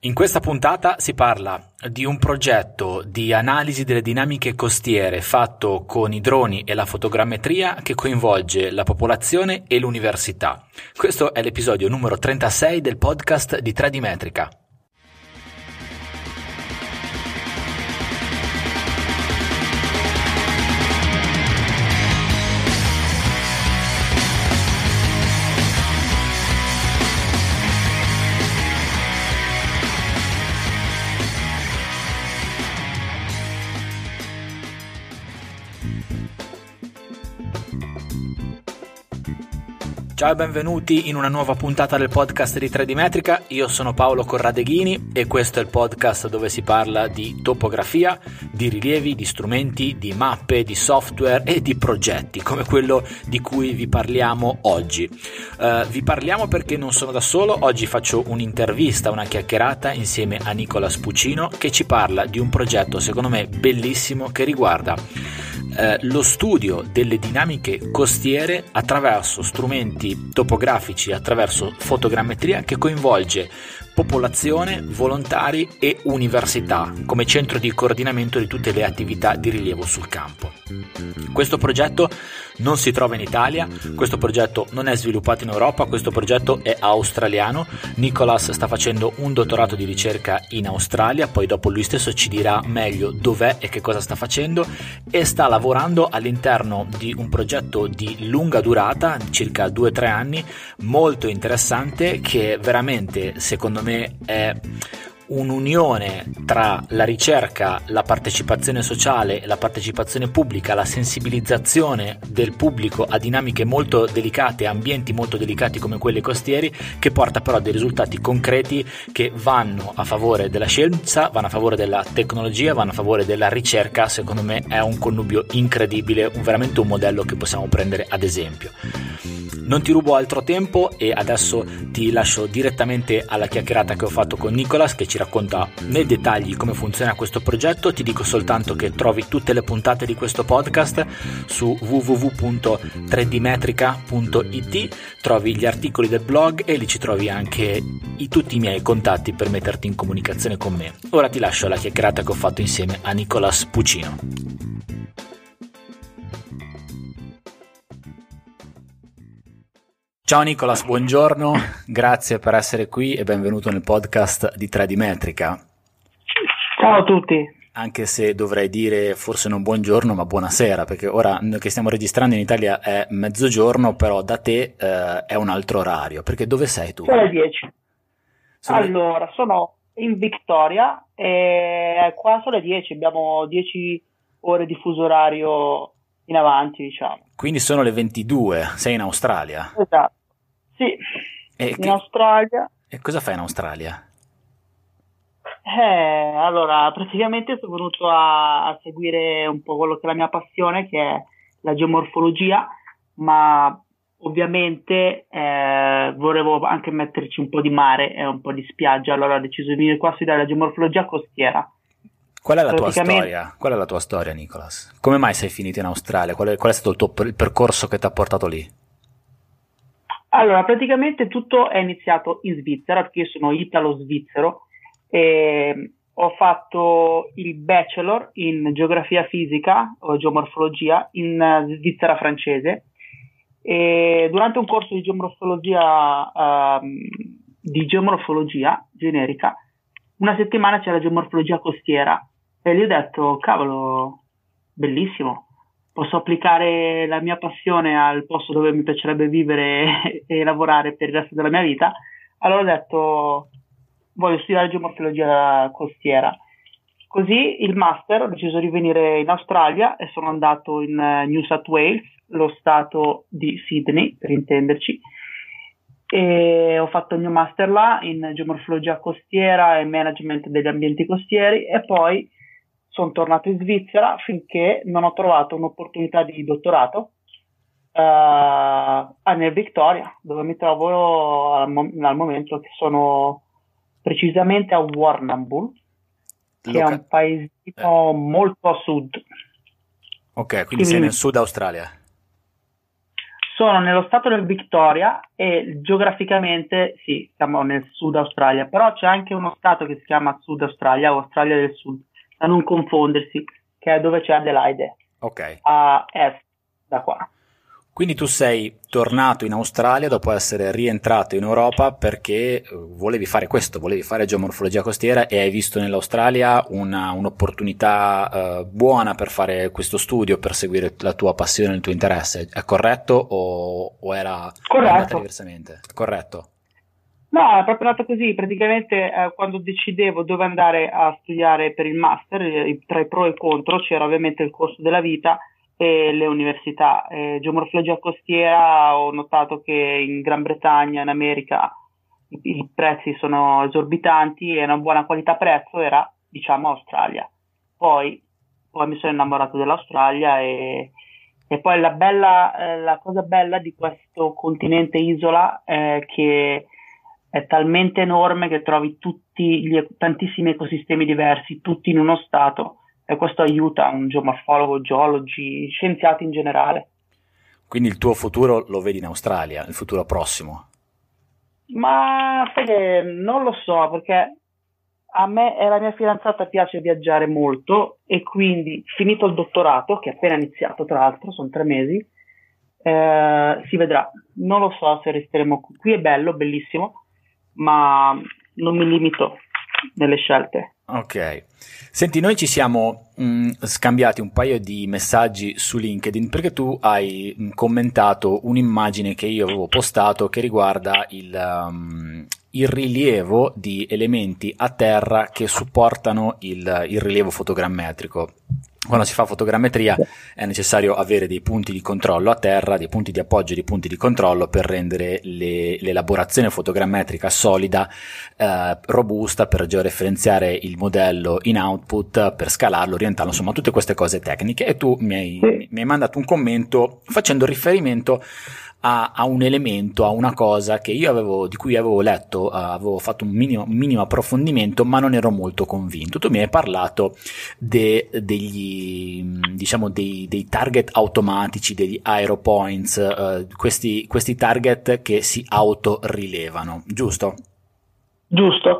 In questa puntata si parla di un progetto di analisi delle dinamiche costiere fatto con i droni e la fotogrammetria che coinvolge la popolazione e l'università. Questo è l'episodio numero 36 del podcast di 3D Metrica. Ciao e benvenuti in una nuova puntata del podcast di 3D Metrica. Io sono Paolo Corradeghini e questo è il podcast dove si parla di topografia, di rilievi, di strumenti, di mappe, di software e di progetti come quello di cui vi parliamo oggi. Vi parliamo perché non sono da solo, oggi faccio un'intervista, una chiacchierata insieme a Nicolas Puccino che ci parla di un progetto secondo me bellissimo che riguarda lo studio delle dinamiche costiere attraverso strumenti topografici, attraverso fotogrammetria che coinvolge popolazione, volontari e università come centro di coordinamento di tutte le attività di rilievo sul campo. Questo progetto non si trova in Italia, questo progetto non è sviluppato in Europa, questo progetto è australiano. Nicolas sta facendo un dottorato di ricerca in Australia, poi dopo lui stesso ci dirà meglio dov'è e che cosa sta facendo, e sta lavorando all'interno di un progetto di lunga durata, circa 2-3 anni, molto interessante, che veramente secondo me è un'unione tra la ricerca, la partecipazione sociale, la partecipazione pubblica, la sensibilizzazione del pubblico a dinamiche molto delicate, ambienti molto delicati come quelli costieri, che porta però a dei risultati concreti che vanno a favore della scienza, vanno a favore della tecnologia, vanno a favore della ricerca. Secondo me è un connubio incredibile, veramente un modello che possiamo prendere ad esempio. Non ti rubo altro tempo e adesso ti lascio direttamente alla chiacchierata che ho fatto con Nicolas, che ci racconta nei dettagli come funziona questo progetto. Ti dico soltanto che trovi tutte le puntate di questo podcast su www.3dmetrica.it, trovi gli articoli del blog e lì ci trovi anche tutti i miei contatti per metterti in comunicazione con me. Ora ti lascio alla chiacchierata che ho fatto insieme a Nicolas Puccino. Ciao Nicolas, buongiorno, grazie per essere qui e benvenuto nel podcast di 3D Metrica. Ciao a tutti. Anche se dovrei dire forse non buongiorno ma buonasera, perché ora che stiamo registrando in Italia è mezzogiorno, però da te è un altro orario, perché dove sei tu? Sono le 10. Allora, sono in Victoria e qua sono le 10, abbiamo 10 ore di fuso orario in avanti, diciamo. Quindi sono le 22, sei in Australia? Esatto, sì, in Australia. E cosa fai in Australia? Allora, praticamente sono venuto a seguire un po' quello che è la mia passione, che è la geomorfologia, ma ovviamente volevo anche metterci un po' di mare e un po' di spiaggia, allora ho deciso di venire qua a studiare la geomorfologia costiera. Qual è la tua storia? Qual è la tua storia, Nicolas? Come mai sei finito in Australia? Qual è stato il percorso che ti ha portato lì? Allora, praticamente tutto è iniziato in Svizzera, perché io sono italo-svizzero e ho fatto il bachelor in geografia fisica o geomorfologia in Svizzera francese, e durante un corso di geomorfologia generica, una settimana c'era la geomorfologia costiera. E gli ho detto, cavolo, bellissimo, posso applicare la mia passione al posto dove mi piacerebbe vivere e lavorare per il resto della mia vita. Allora ho detto, voglio studiare geomorfologia costiera. Così il master ho deciso di venire in Australia e sono andato in New South Wales, lo stato di Sydney, per intenderci, e ho fatto il mio master là in geomorfologia costiera e management degli ambienti costieri, e poi sono tornato in Svizzera finché non ho trovato un'opportunità di dottorato nel Victoria, dove mi trovo al momento, che sono precisamente a Warrnambool, che è un paesino molto a sud. Ok, quindi sei nel sud Australia. Sono nello stato del Victoria e geograficamente sì, siamo nel Sud Australia, però c'è anche uno stato che si chiama Sud Australia o Australia del Sud, da non confondersi, che è dove c'è Adelaide, Ok. a est da qua. Quindi tu sei tornato in Australia dopo essere rientrato in Europa perché volevi fare questo, volevi fare geomorfologia costiera e hai visto nell'Australia un'opportunità buona per fare questo studio, per seguire la tua passione, il tuo interesse. È corretto o era andata Corretto. diversamente? Corretto. No, è proprio nato così. Praticamente quando decidevo dove andare a studiare per il master, tra i pro e i contro, c'era ovviamente il costo della vita e le università. Geomorfologia costiera, ho notato che in Gran Bretagna, in America, i prezzi sono esorbitanti e una buona qualità prezzo era, diciamo, Australia. Poi, poi mi sono innamorato dell'Australia e poi la cosa bella di questo continente isola è che è talmente enorme che trovi tantissimi ecosistemi diversi, tutti in uno stato, e questo aiuta un geomorfologo, geologi, scienziati in generale. Quindi il tuo futuro lo vedi in Australia, il futuro prossimo? Ma sai che non lo so, perché a me e la mia fidanzata piace viaggiare molto e quindi finito il dottorato, che è appena iniziato tra l'altro, sono 3 mesi, si vedrà. Non lo so se resteremo qui, è bello, bellissimo, ma non mi limito nelle scelte. Ok, senti, noi ci siamo scambiati un paio di messaggi su LinkedIn perché tu hai commentato un'immagine che io avevo postato che riguarda il rilievo di elementi a terra che supportano il rilievo fotogrammetrico. Quando si fa fotogrammetria è necessario avere dei punti di controllo a terra, dei punti di appoggio e dei punti di controllo per rendere l'elaborazione fotogrammetrica solida, robusta, per georeferenziare il modello in output, per scalarlo, orientarlo, insomma tutte queste cose tecniche. E tu mi hai mandato un commento facendo riferimento a un elemento, a una cosa che di cui avevo letto, avevo fatto un minimo approfondimento, ma non ero molto convinto. Tu mi hai parlato dei target automatici, degli aeropoints, questi target che si autorilevano, giusto? Giusto.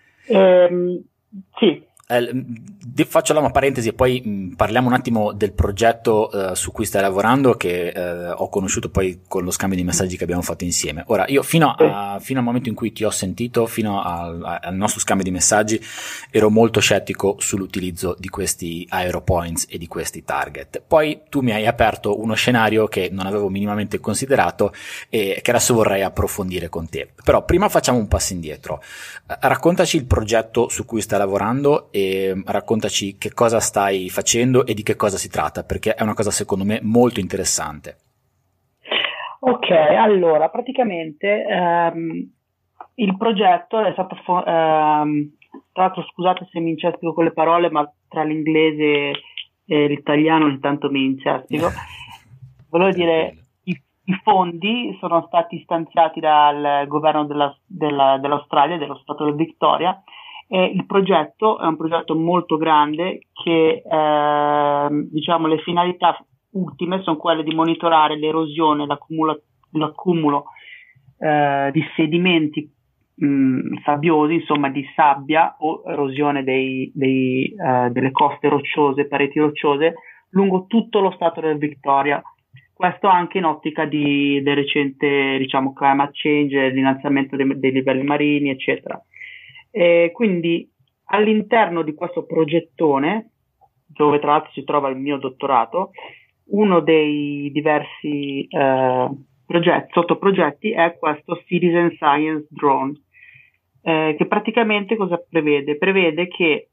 Sì. Faccio una parentesi e poi parliamo un attimo del progetto su cui stai lavorando, che ho conosciuto poi con lo scambio di messaggi che abbiamo fatto insieme. Ora, io fino al momento in cui ti ho sentito, fino al nostro scambio di messaggi, ero molto scettico sull'utilizzo di questi aeropoints e di questi target. Poi tu mi hai aperto uno scenario che non avevo minimamente considerato e che adesso vorrei approfondire con te. Però prima facciamo un passo indietro. Raccontaci il progetto su cui stai lavorando e raccontaci che cosa stai facendo e di che cosa si tratta, perché è una cosa secondo me molto interessante. Ok, allora praticamente il progetto è stato tra l'altro, scusate se mi incespico con le parole, ma tra l'inglese e l'italiano intanto mi incespico. Volevo dire, i fondi sono stati stanziati dal governo dell'Australia, dello stato del Victoria, e il progetto è un progetto molto grande che diciamo le finalità ultime sono quelle di monitorare l'erosione, l'accumulo di sedimenti sabbiosi, insomma di sabbia o erosione delle coste rocciose, pareti rocciose lungo tutto lo stato del Victoria. Questo anche in ottica del recente, diciamo, climate change, l'innalzamento dei livelli marini, eccetera. Quindi all'interno di questo progettone, dove tra l'altro si trova il mio dottorato, uno dei diversi sottoprogetti è questo Citizen Science Drone, che praticamente cosa prevede? Prevede che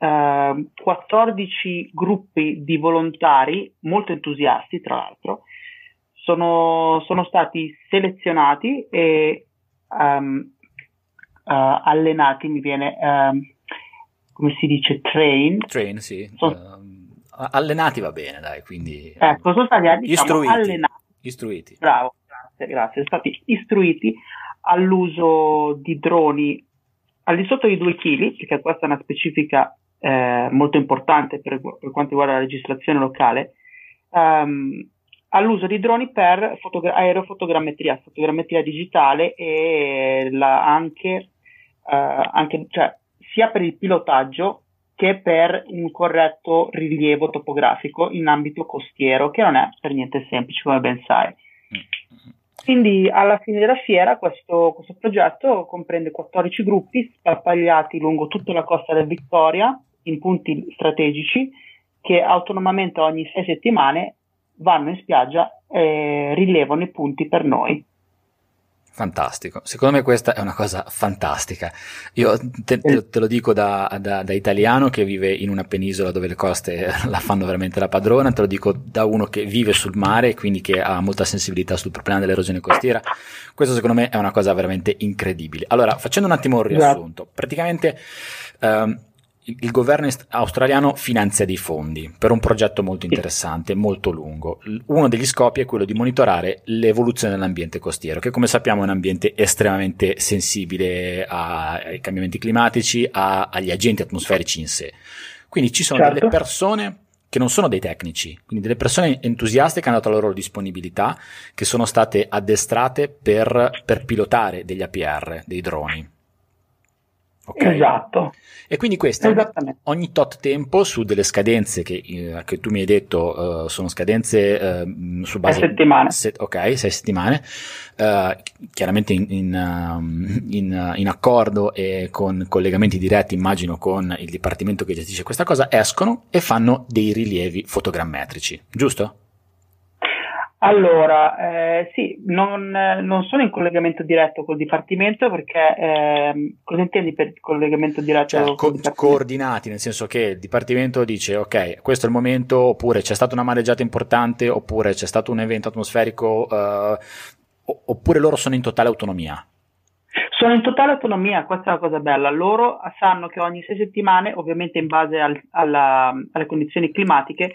14 gruppi di volontari, molto entusiasti tra l'altro, sono stati selezionati e allenati, mi viene, come si dice, train, sì. Allenati va bene, dai, quindi sono stati, diciamo, istruiti. Bravo, grazie, sono stati istruiti all'uso di droni al di sotto di 2 kg, perché questa è una specifica molto importante per quanto riguarda la registrazione locale, all'uso di droni per aerofotogrammetria, fotogrammetria digitale e cioè, sia per il pilotaggio che per un corretto rilievo topografico in ambito costiero, che non è per niente semplice, come ben sai. Quindi alla fine della fiera questo progetto comprende 14 gruppi sparpagliati lungo tutta la costa del Victoria in punti strategici che autonomamente ogni 6 settimane vanno in spiaggia e rilevano i punti per noi. Fantastico, secondo me questa è una cosa fantastica. Io te lo dico da italiano che vive in una penisola dove le coste la fanno veramente la padrona, te lo dico da uno che vive sul mare e quindi che ha molta sensibilità sul problema dell'erosione costiera. Questo secondo me è una cosa veramente incredibile. Allora, facendo un attimo un riassunto, praticamente il governo australiano finanzia dei fondi per un progetto molto interessante, molto lungo. Uno degli scopi è quello di monitorare l'evoluzione dell'ambiente costiero, che come sappiamo è un ambiente estremamente sensibile ai cambiamenti climatici, agli agenti atmosferici in sé. Quindi ci sono delle persone che non sono dei tecnici, quindi delle persone entusiaste che hanno dato la loro disponibilità, che sono state addestrate per pilotare degli APR, dei droni. Okay. Esatto. E quindi questi ogni tot tempo su delle scadenze che tu mi hai detto sono scadenze su base 6 settimane. 6 settimane, chiaramente in accordo e con collegamenti diretti, immagino, con il dipartimento che gestisce questa cosa, escono e fanno dei rilievi fotogrammetrici, giusto? Allora, sì, non sono in collegamento diretto col Dipartimento perché cosa intendi per collegamento diretto? Cioè, coordinati, nel senso che il Dipartimento dice ok, questo è il momento, oppure c'è stata una mareggiata importante, oppure c'è stato un evento atmosferico, oppure loro sono in totale autonomia? Sono in totale autonomia, questa è la cosa bella. Loro sanno che ogni 6 settimane, ovviamente in base alle condizioni climatiche,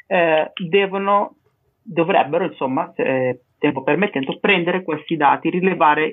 dovrebbero, insomma, tempo permettendo, prendere questi dati, rilevare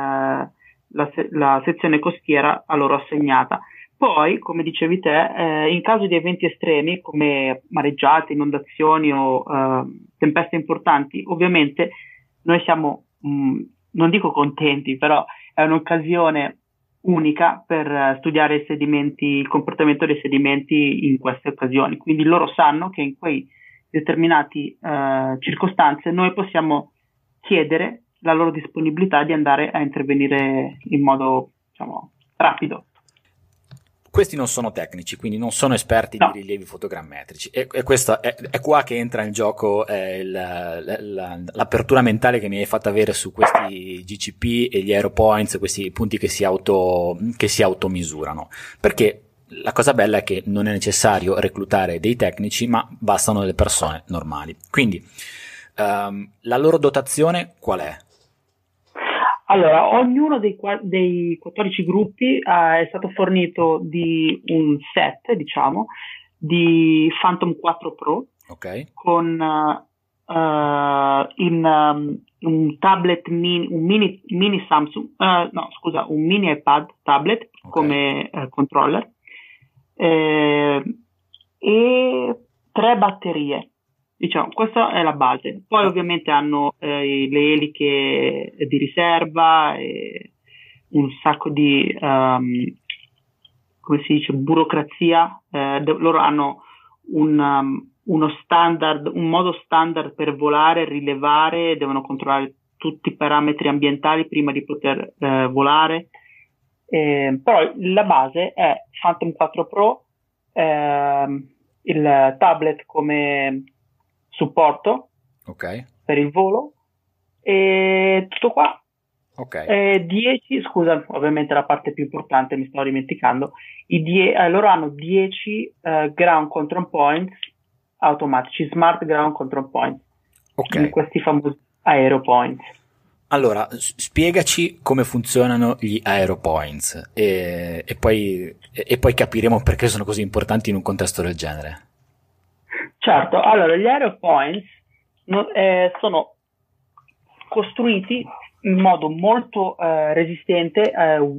la sezione costiera a loro assegnata. Poi, come dicevi te, in caso di eventi estremi come mareggiate, inondazioni o tempeste importanti, ovviamente noi siamo, non dico contenti, però è un'occasione unica per studiare il comportamento dei sedimenti in queste occasioni. Quindi loro sanno che in quei determinate circostanze noi possiamo chiedere la loro disponibilità di andare a intervenire in modo, diciamo, rapido. Questi non sono tecnici, quindi non sono esperti di rilievi fotogrammetrici e questo è qua che entra in gioco l'apertura mentale che mi hai fatto avere su questi GCP e gli aeropoints, questi punti che si automisurano, perché la cosa bella è che non è necessario reclutare dei tecnici, ma bastano delle persone normali. Quindi la loro dotazione qual è? Allora, ognuno dei 14 gruppi è stato fornito di un set, diciamo, di Phantom 4 Pro, con un tablet un mini Samsung, un mini iPad tablet come controller, e 3 batterie. Diciamo, questa è la base. Poi ovviamente hanno le eliche di riserva e un sacco di come si dice, burocrazia. Loro hanno uno standard, un modo standard per volare, rilevare, devono controllare tutti i parametri ambientali prima di poter volare. Però la base è Phantom 4 Pro, il tablet come supporto per il volo e tutto qua. 10, scusa, ovviamente la parte più importante mi stavo dimenticando, loro hanno 10 ground control points automatici, smart ground control points, in questi famosi aeropoints. Allora, spiegaci come funzionano gli aeropoints e poi capiremo perché sono così importanti in un contesto del genere. Certo, allora gli aeropoints sono costruiti in modo molto resistente,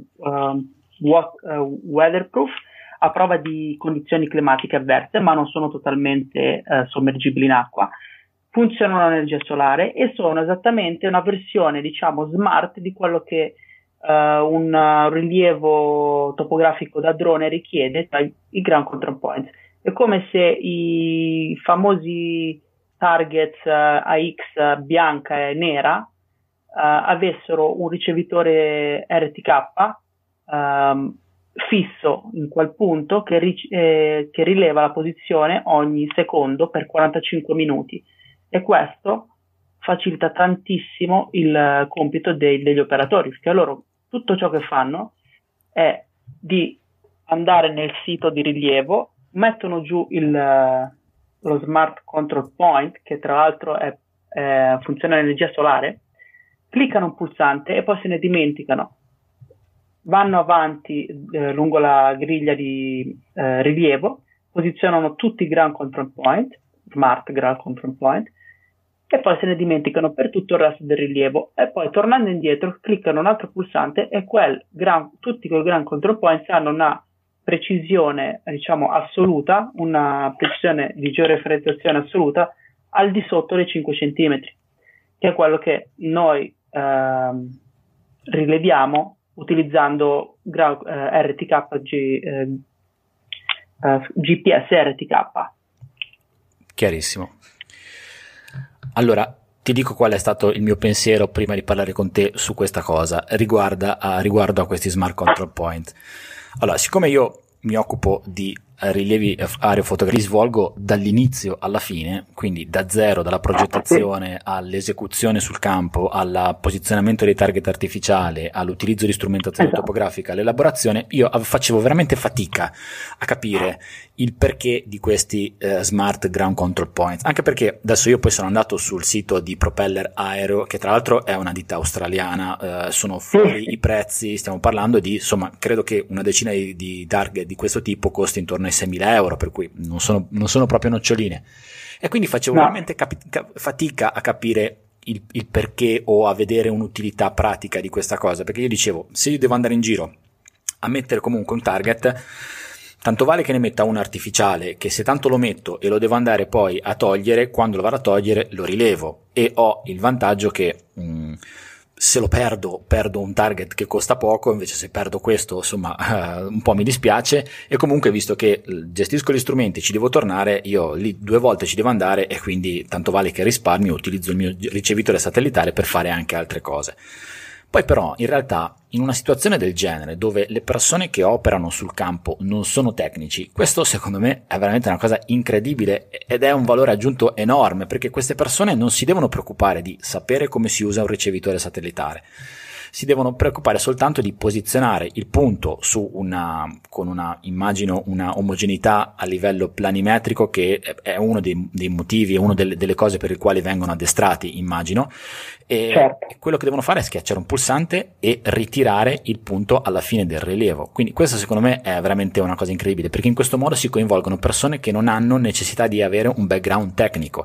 weatherproof, a prova di condizioni climatiche avverse, ma non sono totalmente sommergibili in acqua. funzionano all'energia solare e sono esattamente una versione, diciamo, smart di quello che un rilievo topografico da drone richiede, cioè i ground control points. È come se i famosi targets AX bianca e nera avessero un ricevitore RTK fisso in quel punto che rileva la posizione ogni secondo per 45 minuti, e questo facilita tantissimo il compito degli operatori, perché loro tutto ciò che fanno è di andare nel sito di rilievo, mettono giù lo Smart Control Point, che tra l'altro funziona all'energia solare, cliccano un pulsante e poi se ne dimenticano. Vanno avanti lungo la griglia di rilievo, posizionano tutti i ground control point, smart ground control point, e poi se ne dimenticano per tutto il resto del rilievo, e poi tornando indietro cliccano un altro pulsante e tutti quei ground control points hanno una precisione, diciamo, assoluta, una precisione di georeferenziazione assoluta al di sotto dei 5 cm, che è quello che noi rileviamo utilizzando RTK GPS RTK. Chiarissimo. Allora, ti dico qual è stato il mio pensiero prima di parlare con te su questa cosa riguardo a questi Smart Control Point. Allora, siccome io mi occupo di rilievi aerofotografici, li svolgo dall'inizio alla fine, quindi da zero, dalla progettazione all'esecuzione sul campo, al posizionamento dei target artificiali, all'utilizzo di strumentazione topografica, all'elaborazione, io facevo veramente fatica a capire il perché di questi Smart Ground Control Points, anche perché adesso io poi sono andato sul sito di Propeller Aero, che tra l'altro è una ditta australiana, sono fuori i prezzi, stiamo parlando di, insomma, credo che una decina di target di questo tipo costi intorno ai 6.000 euro, per cui non sono proprio noccioline, e quindi facevo veramente fatica a capire il perché o a vedere un'utilità pratica di questa cosa, perché io dicevo, se io devo andare in giro a mettere comunque un target, tanto vale che ne metta un artificiale, che se tanto lo metto e lo devo andare poi a togliere, quando lo vado a togliere lo rilevo, e ho il vantaggio che se lo perdo un target che costa poco, invece se perdo questo, insomma, un po' mi dispiace, e comunque visto che gestisco gli strumenti, ci devo tornare, io lì 2 volte ci devo andare, e quindi tanto vale che risparmio, utilizzo il mio ricevitore satellitare per fare anche altre cose. Poi però in realtà in una situazione del genere, dove le persone che operano sul campo non sono tecnici, questo secondo me è veramente una cosa incredibile ed è un valore aggiunto enorme, perché queste persone non si devono preoccupare di sapere come si usa un ricevitore satellitare, si devono preoccupare soltanto di posizionare il punto con una omogeneità a livello planimetrico, che è uno dei motivi, è una delle cose per le quali vengono addestrati, immagino. E quello che devono fare è schiacciare un pulsante e ritirare il punto alla fine del rilievo. Quindi questo secondo me è veramente una cosa incredibile, perché in questo modo si coinvolgono persone che non hanno necessità di avere un background tecnico,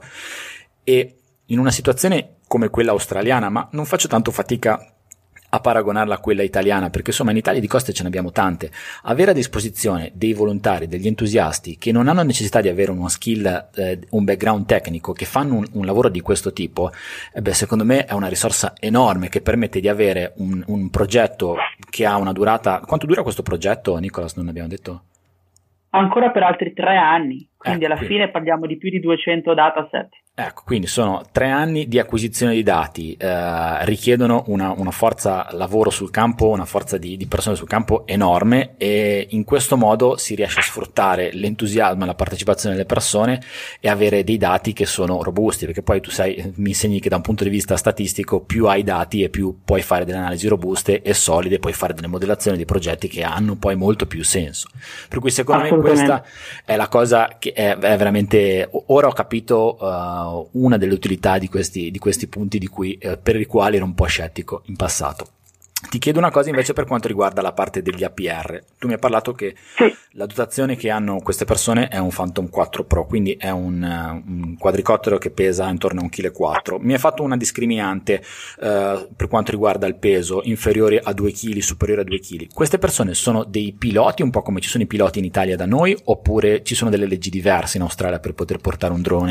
e in una situazione come quella australiana, ma non faccio tanto fatica a paragonarla a quella italiana, perché insomma in Italia di coste ce ne abbiamo tante. Avere a disposizione dei volontari, degli entusiasti che non hanno necessità di avere uno skill, un background tecnico, che fanno un lavoro di questo tipo, secondo me è una risorsa enorme che permette di avere un progetto che ha una durata. Quanto dura questo progetto, Nicolas? Non abbiamo detto? Ancora per altri 3 anni, quindi alla fine parliamo di più di 200 dataset. Ecco, quindi sono 3 anni di acquisizione di dati, richiedono una forza lavoro sul campo, una forza di persone sul campo enorme, e in questo modo si riesce a sfruttare l'entusiasmo e la partecipazione delle persone e avere dei dati che sono robusti, perché poi tu mi insegni che da un punto di vista statistico più hai dati e più puoi fare delle analisi robuste e solide, puoi fare delle modellazioni dei progetti che hanno poi molto più senso. Per cui secondo me questa è la cosa che è veramente, ora ho capito una delle utilità di questi punti per i quali ero un po' scettico in passato. Ti chiedo una cosa invece per quanto riguarda la parte degli APR. Tu mi hai parlato che la dotazione che hanno queste persone è un Phantom 4 Pro, quindi è un quadricottero che pesa intorno a 1,4 kg. Mi hai fatto una discriminante per quanto riguarda il peso, inferiore a 2 kg, superiore a 2 kg. Queste persone sono dei piloti, un po' come ci sono i piloti in Italia da noi, oppure ci sono delle leggi diverse in Australia per poter portare un drone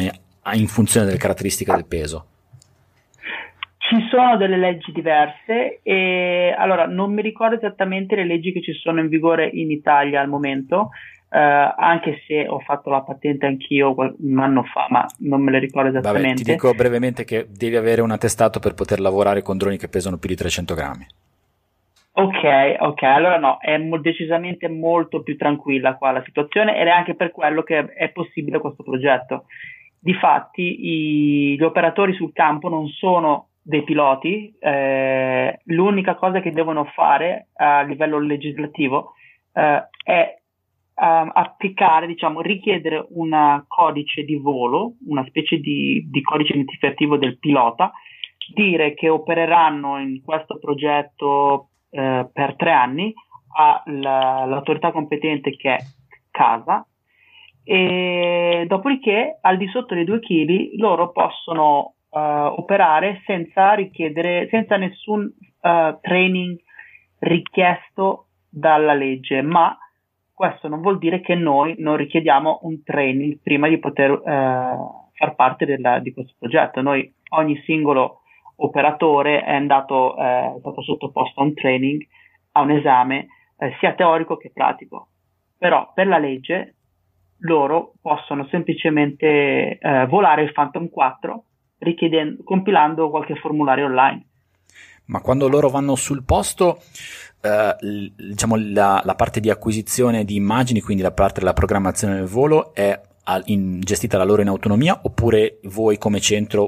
in funzione delle caratteristiche del peso? Ci sono delle leggi diverse e allora non mi ricordo esattamente le leggi che ci sono in vigore in Italia al momento, anche se ho fatto la patente anch'io un anno fa, ma non me le ricordo esattamente. Vabbè, ti dico brevemente che devi avere un attestato per poter lavorare con droni che pesano più di 300 grammi. Ok, allora no, è decisamente molto più tranquilla qua la situazione ed è anche per quello che è possibile questo progetto. Difatti gli operatori sul campo non sono dei piloti, l'unica cosa che devono fare a livello legislativo è applicare, diciamo, richiedere un codice di volo, una specie di codice identificativo del pilota, dire che opereranno in questo progetto per 3 anni all'autorità competente che è CASA, e dopodiché al di sotto dei 2 kg loro possono operare senza nessun training richiesto dalla legge, ma questo non vuol dire che noi non richiediamo un training prima di poter far parte di questo progetto. Ogni singolo operatore è stato sottoposto a un training, a un esame sia teorico che pratico, però per la legge loro possono semplicemente volare il Phantom 4 compilando qualche formulario online. Ma quando loro vanno sul posto, diciamo la parte di acquisizione di immagini, quindi la parte della programmazione del volo è gestita da loro in autonomia, oppure voi come centro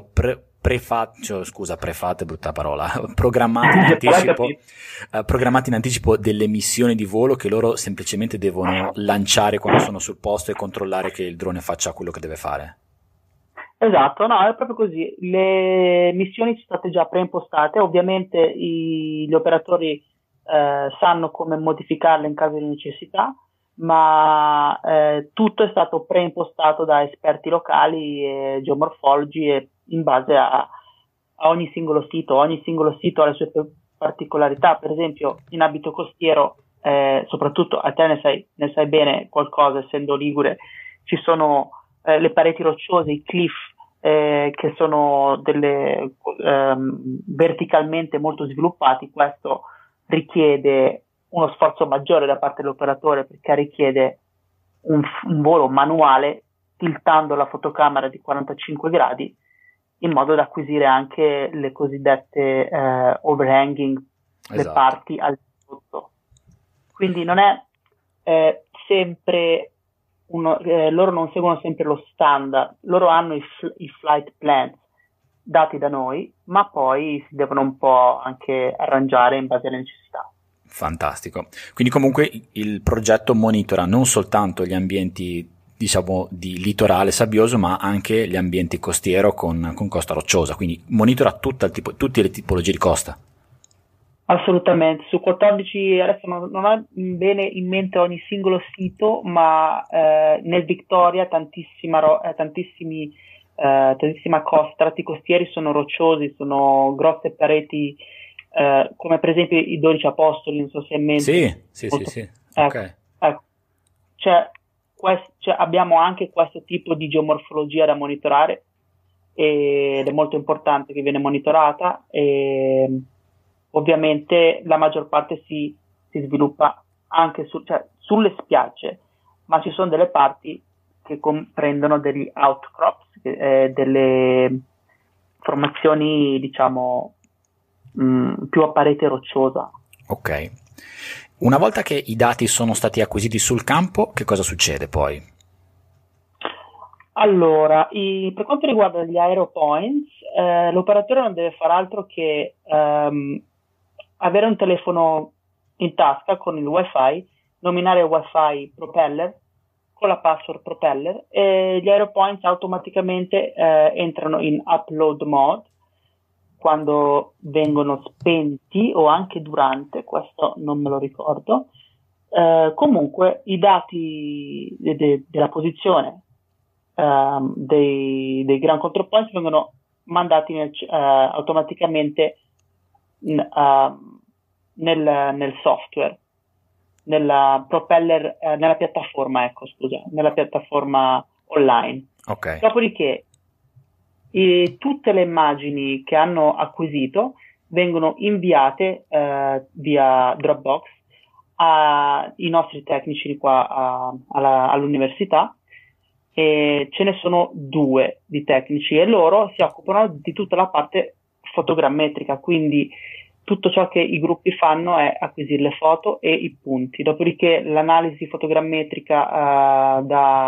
programmati in anticipo delle missioni di volo che loro semplicemente devono lanciare quando sono sul posto e controllare che il drone faccia quello che deve fare? Esatto, no, è proprio così. Le missioni sono state già preimpostate, ovviamente gli operatori sanno come modificarle in caso di necessità, ma tutto è stato preimpostato da esperti locali e geomorfologi e in base a ogni singolo sito. Ogni singolo sito ha le sue particolarità. Per esempio, in abito costiero, soprattutto a te ne sai bene qualcosa, essendo ligure, ci sono le pareti rocciose, i cliff, che sono verticalmente molto sviluppati. Questo richiede uno sforzo maggiore da parte dell'operatore, perché richiede un volo manuale tiltando la fotocamera di 45 gradi in modo da acquisire anche le cosiddette overhanging, esatto, le parti al sotto. Quindi non è sempre loro non seguono sempre lo standard, loro hanno i flight plans dati da noi, ma poi si devono un po' anche arrangiare in base alle necessità. Fantastico. Quindi comunque il progetto monitora non soltanto gli ambienti, diciamo, di litorale sabbioso, ma anche gli ambienti costiero con costa rocciosa, quindi monitora tutte le tipologie di costa. Assolutamente, su 14, adesso non ho bene in mente ogni singolo sito, ma nel Victoria tantissima strati costieri sono rocciosi, sono grosse pareti, come per esempio i 12 Apostoli, non so se è in mente. Sì. Ecco. Abbiamo anche questo tipo di geomorfologia da monitorare ed è molto importante che viene monitorata. E ovviamente la maggior parte si sviluppa anche sulle spiagge, ma ci sono delle parti che comprendono degli outcrops, delle formazioni, diciamo, più a parete rocciosa. Ok. Una volta che i dati sono stati acquisiti sul campo, che cosa succede poi? Allora, per quanto riguarda gli aeropoints, l'operatore non deve fare altro che avere un telefono in tasca con il wifi, nominare wifi propeller con la password propeller e gli aeropoints automaticamente entrano in upload mode quando vengono spenti o anche durante, questo non me lo ricordo. Comunque i dati della posizione dei ground control points vengono mandati automaticamente nel software, nella propeller, nella piattaforma online. Ok. Dopodiché e tutte le immagini che hanno acquisito vengono inviate via Dropbox ai nostri tecnici di qua all'università, e ce ne sono 2 di tecnici e loro si occupano di tutta la parte fotogrammetrica, quindi tutto ciò che i gruppi fanno è acquisire le foto e i punti, dopodiché l'analisi fotogrammetrica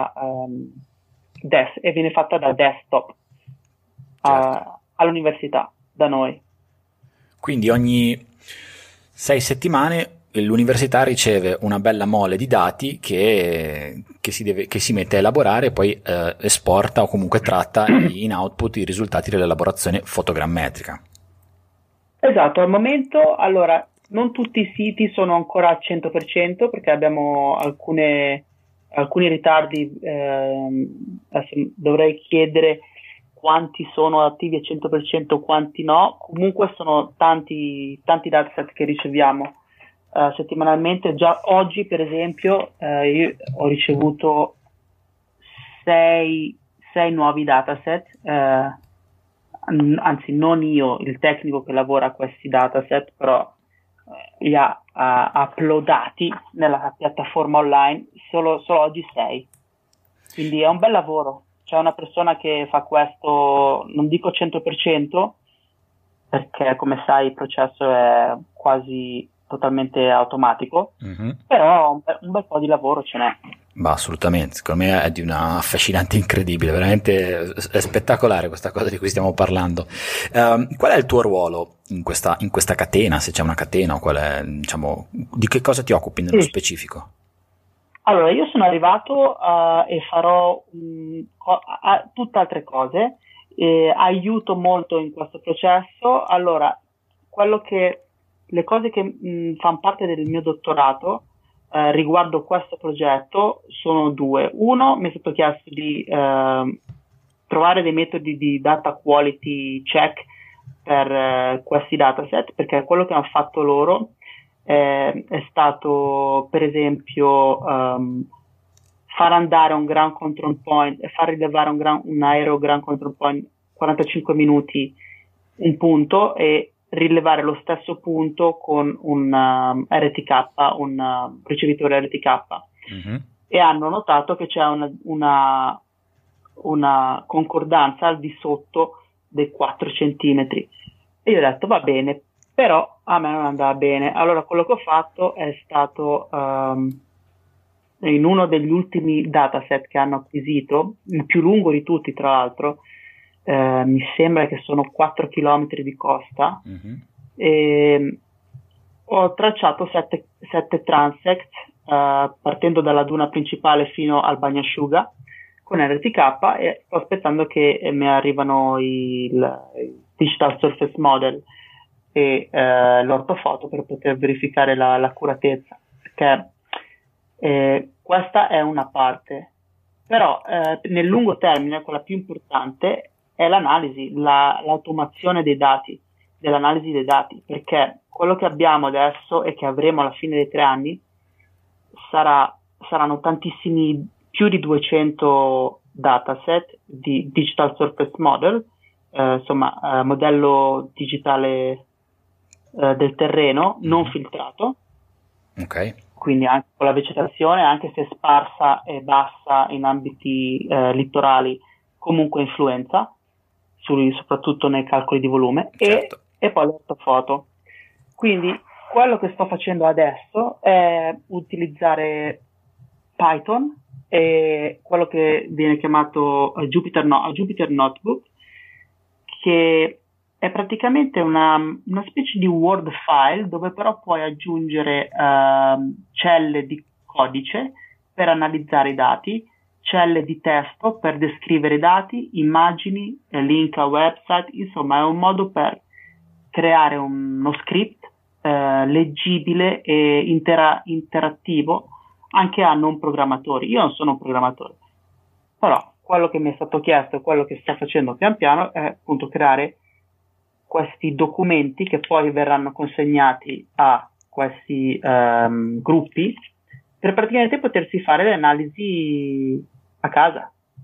viene fatta da desktop all'università da noi. Quindi ogni 6 settimane l'università riceve una bella mole di dati che si mette a elaborare e poi esporta o comunque tratta in output i risultati dell'elaborazione fotogrammetrica. Esatto, al momento, allora, non tutti i siti sono ancora al 100% perché abbiamo alcuni ritardi, adesso dovrei chiedere quanti sono attivi al 100%, quanti no. Comunque sono tanti dataset che riceviamo settimanalmente. Già oggi, per esempio, io ho ricevuto 6 nuovi dataset, anzi non io, il tecnico che lavora a questi dataset, però li ha uploadati nella piattaforma online, solo oggi 6. Quindi è un bel lavoro. C'è una persona che fa questo, non dico 100%, perché come sai il processo è quasi totalmente automatico, però un bel po' di lavoro ce n'è. Ma assolutamente, secondo me è di una affascinante incredibile, veramente è spettacolare questa cosa di cui stiamo parlando. Qual è il tuo ruolo in questa catena, se c'è una catena, o qual è, diciamo, di che cosa ti occupi nello specifico? Allora, io sono arrivato e farò tutt'altre cose, aiuto molto in questo processo. Allora, le cose che fanno parte del mio dottorato riguardo questo progetto sono 2. Uno, mi è stato chiesto di trovare dei metodi di data quality check per questi dataset, perché quello che hanno fatto loro è stato, per esempio, far andare un ground control point e far rilevare un aereo ground control point 45 minuti un punto e rilevare lo stesso punto con un RTK, un ricevitore RTK. E hanno notato che c'è una concordanza al di sotto dei 4 centimetri. E io ho detto va bene, però a me non andava bene. Allora quello che ho fatto è stato in uno degli ultimi dataset che hanno acquisito, il più lungo di tutti tra l'altro, mi sembra che sono 4 chilometri di costa, e ho tracciato 7 transect partendo dalla duna principale fino al bagnasciuga con RTK, e sto aspettando che mi arrivano il Digital Surface Model e l'ortofoto per poter verificare l'accuratezza, perché questa è una parte, però nel lungo termine quella più importante è l'analisi, l'automazione dei dati, dell'analisi dei dati, perché quello che abbiamo adesso e che avremo alla fine dei 3 anni saranno tantissimi, più di 200 dataset di Digital Surface Model, insomma modello digitale del terreno non filtrato, quindi anche con la vegetazione, anche se sparsa e bassa in ambiti littorali, comunque influenza soprattutto nei calcoli di volume. Certo. E poi l'ortofoto. Quindi quello che sto facendo adesso è utilizzare Python e quello che viene chiamato Jupyter Notebook, che è praticamente una specie di Word file dove però puoi aggiungere celle di codice per analizzare i dati, celle di testo per descrivere i dati, immagini, link a website, insomma è un modo per creare uno script leggibile e interattivo anche a non programmatori. Io non sono un programmatore, però quello che mi è stato chiesto e quello che sto facendo pian piano è appunto creare questi documenti che poi verranno consegnati a questi gruppi per praticamente potersi fare le analisi a casa,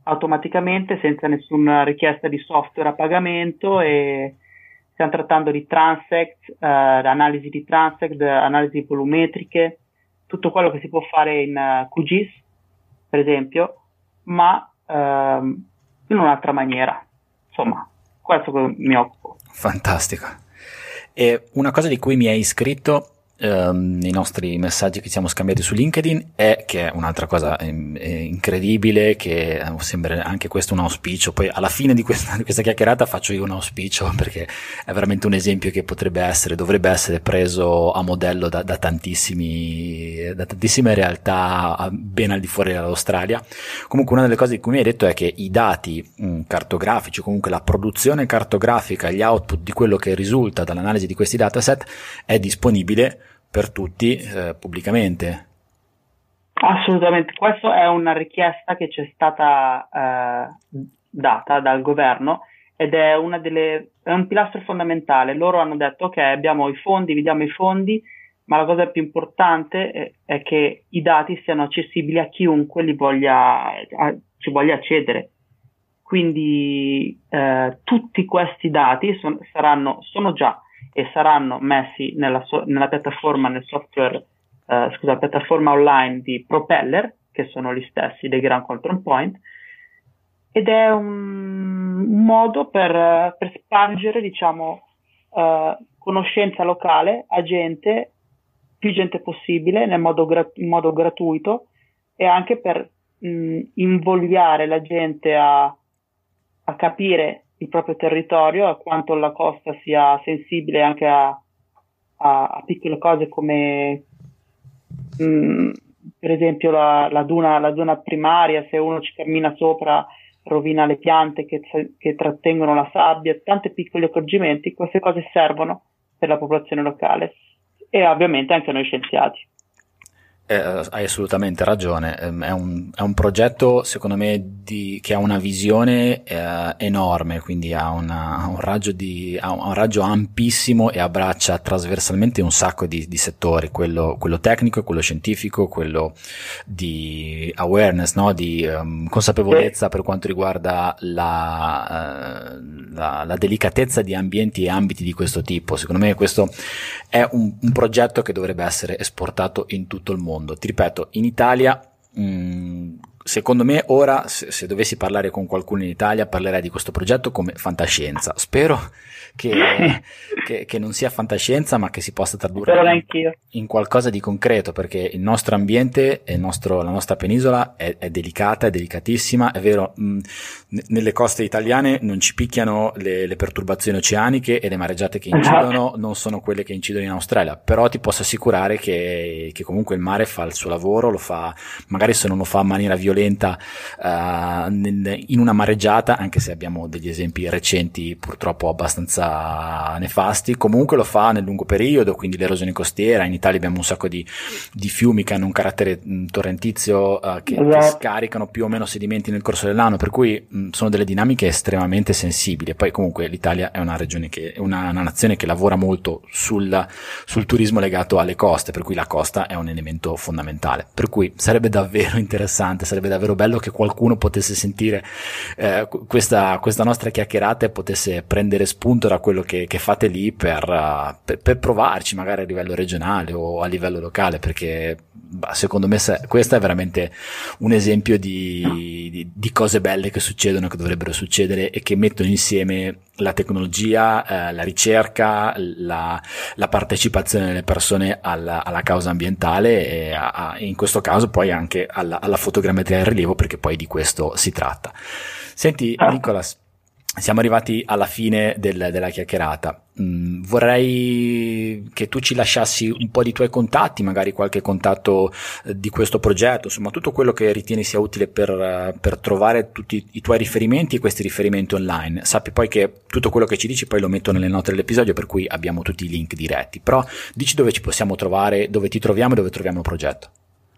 automaticamente senza nessuna richiesta di software a pagamento, e stiamo trattando di transect, analisi di transect, analisi volumetriche, tutto quello che si può fare in QGIS, per esempio, ma in un'altra maniera. Insomma, questo mi occupo. Fantastico. E una cosa di cui mi hai iscritto nei nostri messaggi che ci siamo scambiati su LinkedIn è che è un'altra cosa incredibile, che sembra anche questo un auspicio. Poi alla fine di questa chiacchierata faccio io un auspicio, perché è veramente un esempio che dovrebbe essere preso a modello da tantissime realtà ben al di fuori dall'Australia. Comunque una delle cose di cui mi hai detto è che i dati cartografici, comunque la produzione cartografica, gli output di quello che risulta dall'analisi di questi dataset è disponibile per tutti pubblicamente. Assolutamente, questa è una richiesta che c'è stata data dal governo, ed è è un pilastro fondamentale. Loro hanno detto: ok, abbiamo i fondi, vi diamo i fondi, ma la cosa più importante è che i dati siano accessibili a chiunque ci voglia accedere. Quindi tutti questi dati sono già e saranno messi nella piattaforma, nel software, piattaforma online di Propeller, che sono gli stessi dei Ground Control Point, ed è un modo per spargere, diciamo, conoscenza locale a più gente possibile, in modo gratuito, e anche per invogliare la gente a capire il proprio territorio, a quanto la costa sia sensibile anche a piccole cose come per esempio la duna primaria. Se uno ci cammina sopra rovina le piante che trattengono la sabbia, tanti piccoli accorgimenti. Queste cose servono per la popolazione locale e ovviamente anche noi scienziati. Hai assolutamente ragione, è un progetto secondo me che ha una visione enorme, quindi ha un raggio ampissimo e abbraccia trasversalmente un sacco di settori, quello tecnico, quello scientifico, quello di awareness, no? Di consapevolezza per quanto riguarda la delicatezza di ambienti e ambiti di questo tipo. Secondo me questo è un progetto che dovrebbe essere esportato in tutto il mondo. Ti ripeto, in Italia, secondo me ora, se dovessi parlare con qualcuno in Italia, parlerei di questo progetto come fantascienza. Spero che non sia fantascienza, ma che si possa tradurre in qualcosa di concreto, perché il nostro ambiente e la nostra penisola è delicata, è delicatissima. È vero, nelle coste italiane non ci picchiano le perturbazioni oceaniche, e le mareggiate che incidono non sono quelle che incidono in Australia, però ti posso assicurare che comunque il mare fa il suo lavoro, lo fa, magari se non lo fa in maniera violenta in una mareggiata, anche se abbiamo degli esempi recenti purtroppo abbastanza nefasti, comunque lo fa nel lungo periodo, quindi l'erosione costiera. In Italia abbiamo un sacco di fiumi che hanno un carattere torrentizio, che scaricano più o meno sedimenti nel corso dell'anno, per cui sono delle dinamiche estremamente sensibili. Poi comunque l'Italia è una regione una nazione che lavora molto sul turismo legato alle coste, per cui la costa è un elemento fondamentale, per cui sarebbe davvero interessante, sarebbe davvero bello che qualcuno potesse sentire questa nostra chiacchierata e potesse prendere spunto da quello che fate lì per provarci magari a livello regionale o a livello locale, perché secondo me questo è veramente un esempio di cose belle che succedono, che dovrebbero succedere, e che mettono insieme la tecnologia, la ricerca, la partecipazione delle persone alla causa ambientale e in questo caso poi anche alla fotogrammetria del rilievo, perché poi di questo si tratta. Senti, Nicolas, siamo arrivati alla fine della chiacchierata. Vorrei che tu ci lasciassi un po' di tuoi contatti, magari qualche contatto di questo progetto, insomma tutto quello che ritieni sia utile per trovare tutti i tuoi riferimenti e questi riferimenti online. Sappi poi che tutto quello che ci dici poi lo metto nelle note dell'episodio, per cui abbiamo tutti i link diretti, però dici dove ci possiamo trovare, dove ti troviamo e dove troviamo il progetto.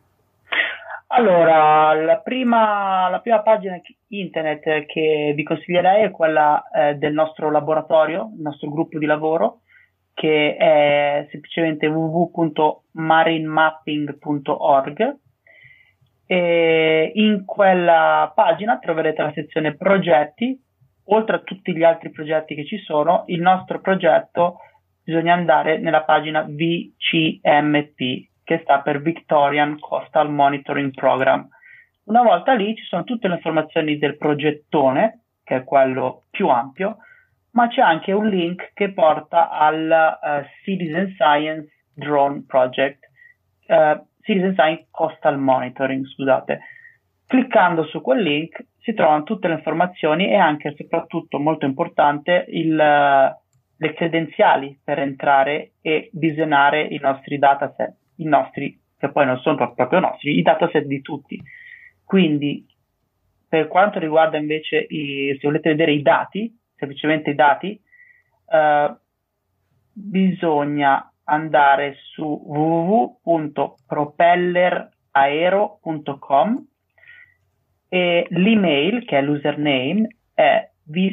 Allora, la prima pagina internet che vi consiglierei è quella del nostro laboratorio, il nostro gruppo di lavoro, che è semplicemente www.marinemapping.org, e in quella pagina troverete la sezione progetti. Oltre a tutti gli altri progetti che ci sono, il nostro progetto bisogna andare nella pagina VCMP, che sta per Victorian Coastal Monitoring Program. Una volta lì ci sono tutte le informazioni del progettone, che è quello più ampio, ma c'è anche un link che porta al Citizen Science Drone Project, Citizen Science Coastal Monitoring, scusate. Cliccando su quel link si trovano tutte le informazioni e anche, soprattutto, molto importante, le credenziali per entrare e visionare i nostri dataset, che poi non sono proprio nostri, i dataset di tutti. Quindi, per quanto riguarda invece, se volete vedere i dati, semplicemente i dati, bisogna andare su www.propelleraero.com e l'email, che è l'username, è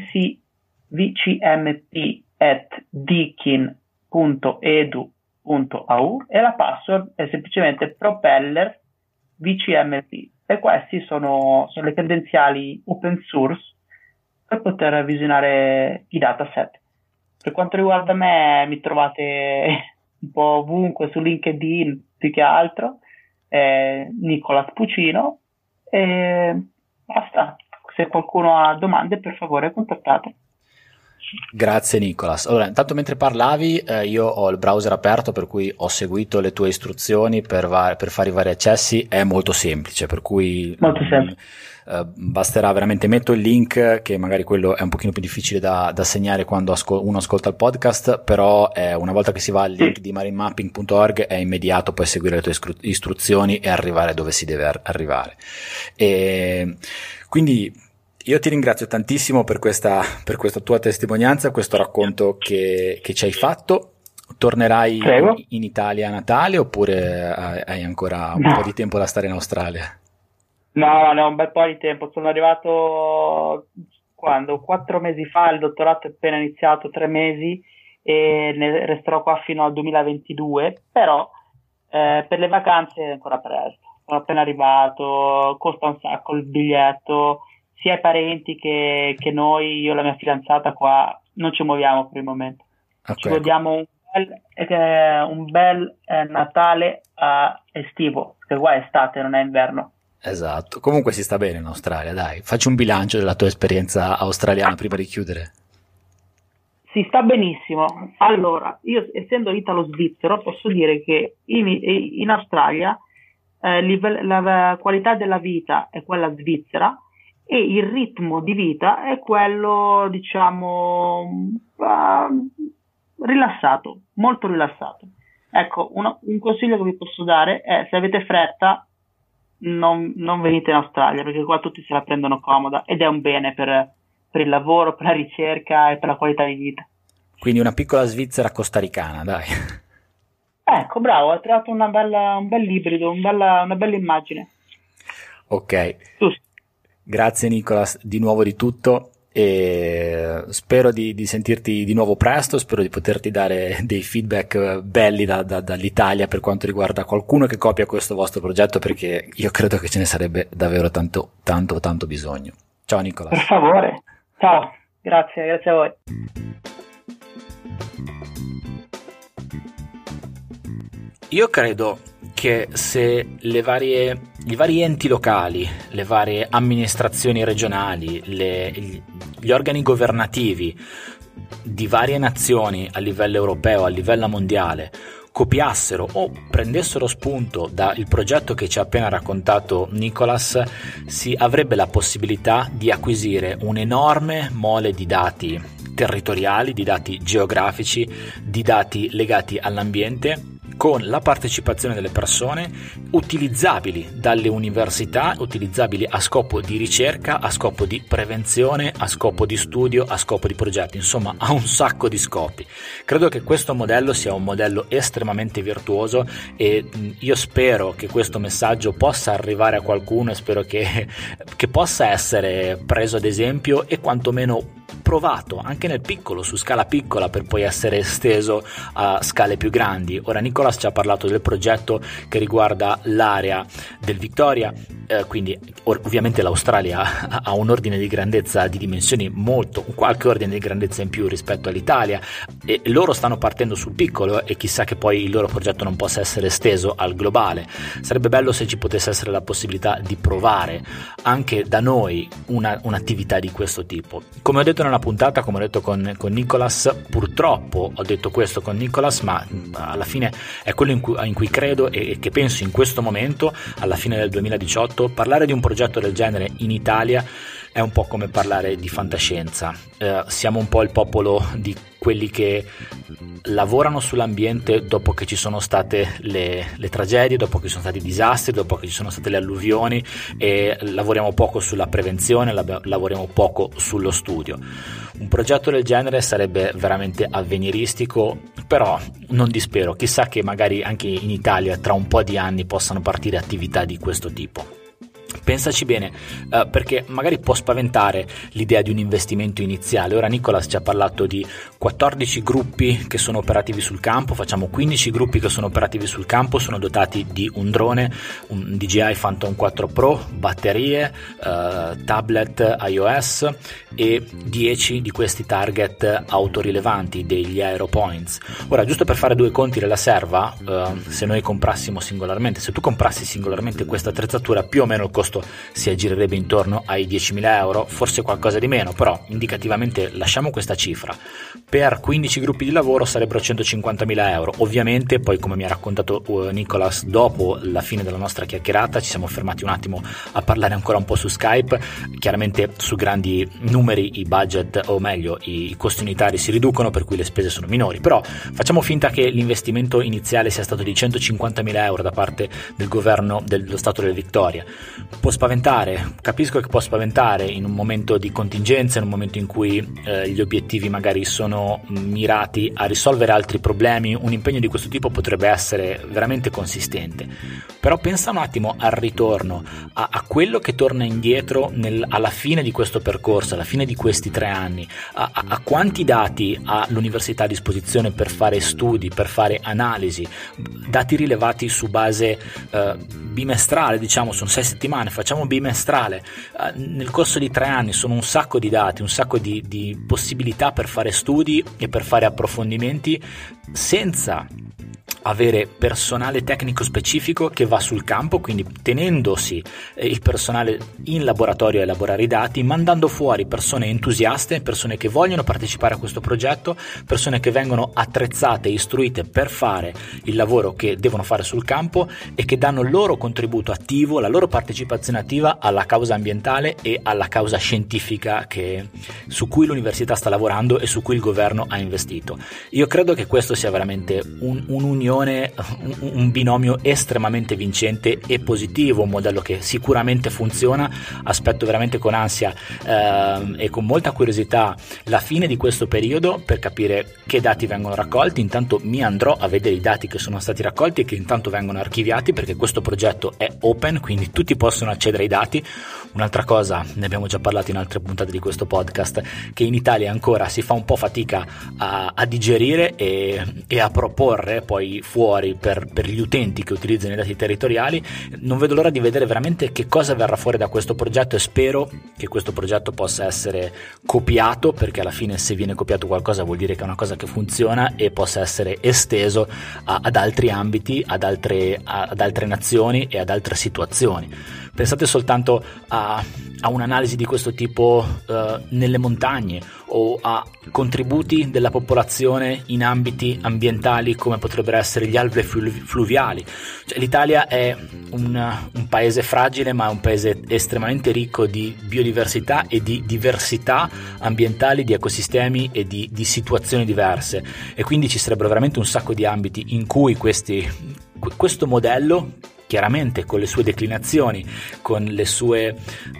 vcmp@deakin.edu.au e la password è semplicemente propeller vcmp, e questi sono le credenziali open source per poter visionare i dataset. Per quanto riguarda me, mi trovate un po' ovunque, su LinkedIn più che altro, Nicolas Pucino, e basta. Se qualcuno ha domande, per favore contattate. Grazie Nicolas. Allora, intanto mentre parlavi io ho il browser aperto, per cui ho seguito le tue istruzioni per fare i vari accessi. È molto semplice, per cui molto semplice. Basterà veramente, metto il link, che magari quello è un pochino più difficile da segnare quando uno ascolta il podcast, però una volta che si va al link di marinemapping.org è immediato, puoi seguire le tue istruzioni e arrivare dove si deve arrivare. E quindi io ti ringrazio tantissimo per questa tua testimonianza, questo racconto che ci hai fatto. Tornerai in Italia a Natale oppure hai ancora un po' di tempo da stare in Australia? No, un bel po' di tempo. Sono arrivato 4 mesi fa, il dottorato è appena iniziato, 3 mesi, e ne resterò qua fino al 2022, però per le vacanze è ancora presto. Sono appena arrivato, costa un sacco il biglietto, sia i parenti che noi, io e la mia fidanzata qua non ci muoviamo per il momento. Okay. Ci godiamo un bel Natale estivo, perché qua è estate, non è inverno. Esatto, comunque si sta bene in Australia, dai. Facci un bilancio della tua esperienza australiana prima di chiudere. Si sta benissimo. Allora, io essendo italo-svizzero posso dire che in Australia la qualità della vita è quella svizzera e il ritmo di vita è quello, diciamo, rilassato, molto rilassato. Ecco, un consiglio che vi posso dare è: se avete fretta, non venite in Australia, perché qua tutti se la prendono comoda, ed è un bene per il lavoro, per la ricerca e per la qualità di vita. Quindi una piccola Svizzera costaricana, dai. Ecco, bravo, hai trovato un bel ibrido, una bella immagine. Ok. Grazie Nicolas di nuovo di tutto, e spero di sentirti di nuovo presto, spero di poterti dare dei feedback belli dall'Italia per quanto riguarda qualcuno che copia questo vostro progetto, perché io credo che ce ne sarebbe davvero tanto bisogno. Ciao Nicolas. Per favore, ciao, grazie a voi. Io credo che se i vari enti locali, le varie amministrazioni regionali, gli organi governativi di varie nazioni a livello europeo, a livello mondiale, copiassero o prendessero spunto dal progetto che ci ha appena raccontato Nicolas, si avrebbe la possibilità di acquisire un enorme mole di dati territoriali, di dati geografici, di dati legati all'ambiente, con la partecipazione delle persone, utilizzabili dalle università, utilizzabili a scopo di ricerca, a scopo di prevenzione, a scopo di studio, a scopo di progetti, insomma ha un sacco di scopi. Credo che questo modello sia un modello estremamente virtuoso, e io spero che questo messaggio possa arrivare a qualcuno, e spero che possa essere preso ad esempio e quantomeno provato anche nel piccolo, su scala piccola, per poi essere esteso a scale più grandi. Ora Nicolas ci ha parlato del progetto che riguarda l'area del Victoria, quindi ovviamente l'Australia ha un ordine di grandezza, di dimensioni qualche ordine di grandezza in più rispetto all'Italia, e loro stanno partendo sul piccolo e chissà che poi il loro progetto non possa essere esteso al globale. Sarebbe bello se ci potesse essere la possibilità di provare anche da noi un'attività di questo tipo. Come ho detto nella puntata, come ho detto con Nicolas, purtroppo ho detto questo con Nicolas, ma alla fine è quello in cui credo e che penso in questo momento, alla fine del 2018, parlare di un progetto del genere in Italia è un po' come parlare di fantascienza. Siamo un po' il popolo di quelli che lavorano sull'ambiente dopo che ci sono state le tragedie, dopo che ci sono stati i disastri, dopo che ci sono state le alluvioni, e lavoriamo poco sulla prevenzione, lavoriamo poco sullo studio. Un progetto del genere sarebbe veramente avveniristico, però non dispero, chissà che magari anche in Italia tra un po' di anni possano partire attività di questo tipo. Pensaci bene, perché magari può spaventare l'idea di un investimento iniziale. Ora Nicolas ci ha parlato di 14 gruppi che sono operativi sul campo, facciamo 15 gruppi che sono operativi sul campo, sono dotati di un drone, un DJI Phantom 4 Pro, batterie, tablet iOS e 10 di questi target autorilevanti, degli AeroPoints. Ora, giusto per fare due conti della serva, se noi comprassimo singolarmente, se tu comprassi singolarmente questa attrezzatura, più o meno il costo si aggirerebbe intorno ai 10.000 euro, forse qualcosa di meno, però indicativamente lasciamo questa cifra. Per 15 gruppi di lavoro sarebbero 150.000 euro. Ovviamente poi, come mi ha raccontato Nicolas, dopo la fine della nostra chiacchierata ci siamo fermati un attimo a parlare ancora un po' su Skype. Chiaramente su grandi numeri i budget, o meglio i costi unitari, si riducono, per cui le spese sono minori, però facciamo finta che l'investimento iniziale sia stato di 150.000 euro da parte del governo dello Stato del Victoria. Può spaventare, capisco che può spaventare in un momento di contingenza, in un momento in cui gli obiettivi magari sono mirati a risolvere altri problemi. Un impegno di questo tipo potrebbe essere veramente consistente, però pensa un attimo al ritorno, a quello che torna indietro alla fine di questo percorso, alla fine di questi 3 anni, a quanti dati ha l'università a disposizione per fare studi, per fare analisi, dati rilevati su base bimestrale, diciamo, sono 6 settimane, facciamo bimestrale, nel corso di 3 anni sono un sacco di dati, un sacco di possibilità per fare studi e per fare approfondimenti, senza avere personale tecnico specifico che va sul campo, quindi tenendosi il personale in laboratorio a elaborare i dati, mandando fuori persone entusiaste, persone che vogliono partecipare a questo progetto, persone che vengono attrezzate e istruite per fare il lavoro che devono fare sul campo e che danno il loro contributo attivo, la loro partecipazione attiva alla causa ambientale e alla causa scientifica su cui l'università sta lavorando e su cui il governo ha investito. Io credo che questo sia veramente un'unione, un binomio estremamente vincente e positivo, un modello che sicuramente funziona. Aspetto veramente con ansia e con molta curiosità la fine di questo periodo per capire che dati vengono raccolti. Intanto mi andrò a vedere i dati che sono stati raccolti e che intanto vengono archiviati, perché questo progetto è open, quindi tutti possono accedere ai dati. Un'altra cosa, ne abbiamo già parlato in altre puntate di questo podcast, che in Italia ancora si fa un po' fatica a digerire e a proporre poi fuori per gli utenti che utilizzano i dati territoriali. Non vedo l'ora di vedere veramente che cosa verrà fuori da questo progetto e spero che questo progetto possa essere copiato, perché alla fine se viene copiato qualcosa vuol dire che è una cosa che funziona e possa essere esteso ad altri ambiti, ad altre nazioni e ad altre situazioni. Pensate soltanto a un'analisi di questo tipo nelle montagne, o a contributi della popolazione in ambiti ambientali come potrebbero essere gli alvei fluviali. Cioè, l'Italia è un paese fragile, ma è un paese estremamente ricco di biodiversità e di diversità ambientali, di ecosistemi e di situazioni diverse, e quindi ci sarebbero veramente un sacco di ambiti in cui questo modello, chiaramente con le sue declinazioni, con le sue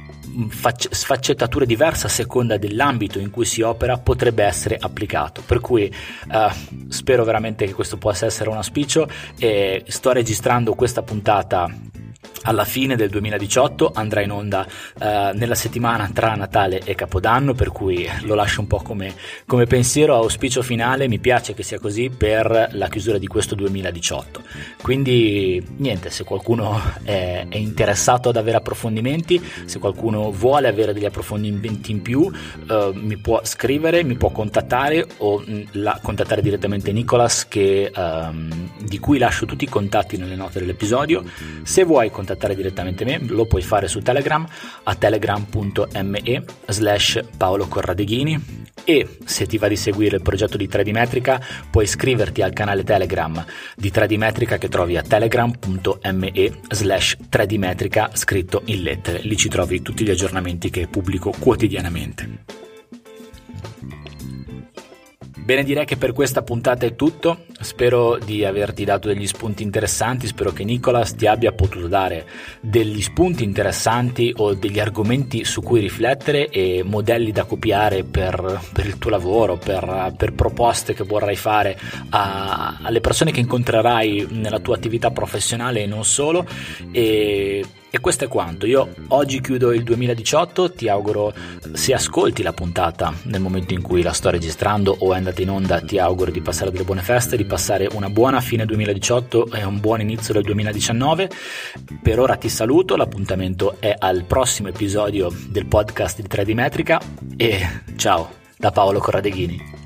sfaccettature diverse a seconda dell'ambito in cui si opera, potrebbe essere applicato. Per cui spero veramente che questo possa essere un auspicio, e sto registrando questa puntata alla fine del 2018, andrà in onda nella settimana tra Natale e Capodanno, per cui lo lascio un po' come pensiero, auspicio finale. Mi piace che sia così per la chiusura di questo 2018. Quindi niente, se qualcuno è interessato ad avere approfondimenti, se qualcuno vuole avere degli approfondimenti in più, mi può scrivere, mi può contattare o contattare direttamente Nicolas, di cui lascio tutti i contatti nelle note dell'episodio. Se vuoi contattare direttamente me, lo puoi fare su Telegram a telegram.me/Paolo Corradeghini, e se ti va di seguire il progetto di 3D Metrica puoi iscriverti al canale Telegram di 3D Metrica che trovi a telegram.me/3D Metrica scritto in lettere. Lì ci trovi tutti gli aggiornamenti che pubblico quotidianamente. Bene, direi che per questa puntata è tutto. Spero di averti dato degli spunti interessanti, spero che Nicolas ti abbia potuto dare degli spunti interessanti o degli argomenti su cui riflettere e modelli da copiare per il tuo lavoro, per proposte che vorrai fare alle persone che incontrerai nella tua attività professionale e non solo. E questo è quanto. Io oggi chiudo il 2018, ti auguro, se ascolti la puntata nel momento in cui la sto registrando o è andata in onda, ti auguro di passare delle buone feste, di passare una buona fine 2018 e un buon inizio del 2019. Per ora ti saluto, l'appuntamento è al prossimo episodio del podcast di 3D Metrica e ciao da Paolo Corradeghini.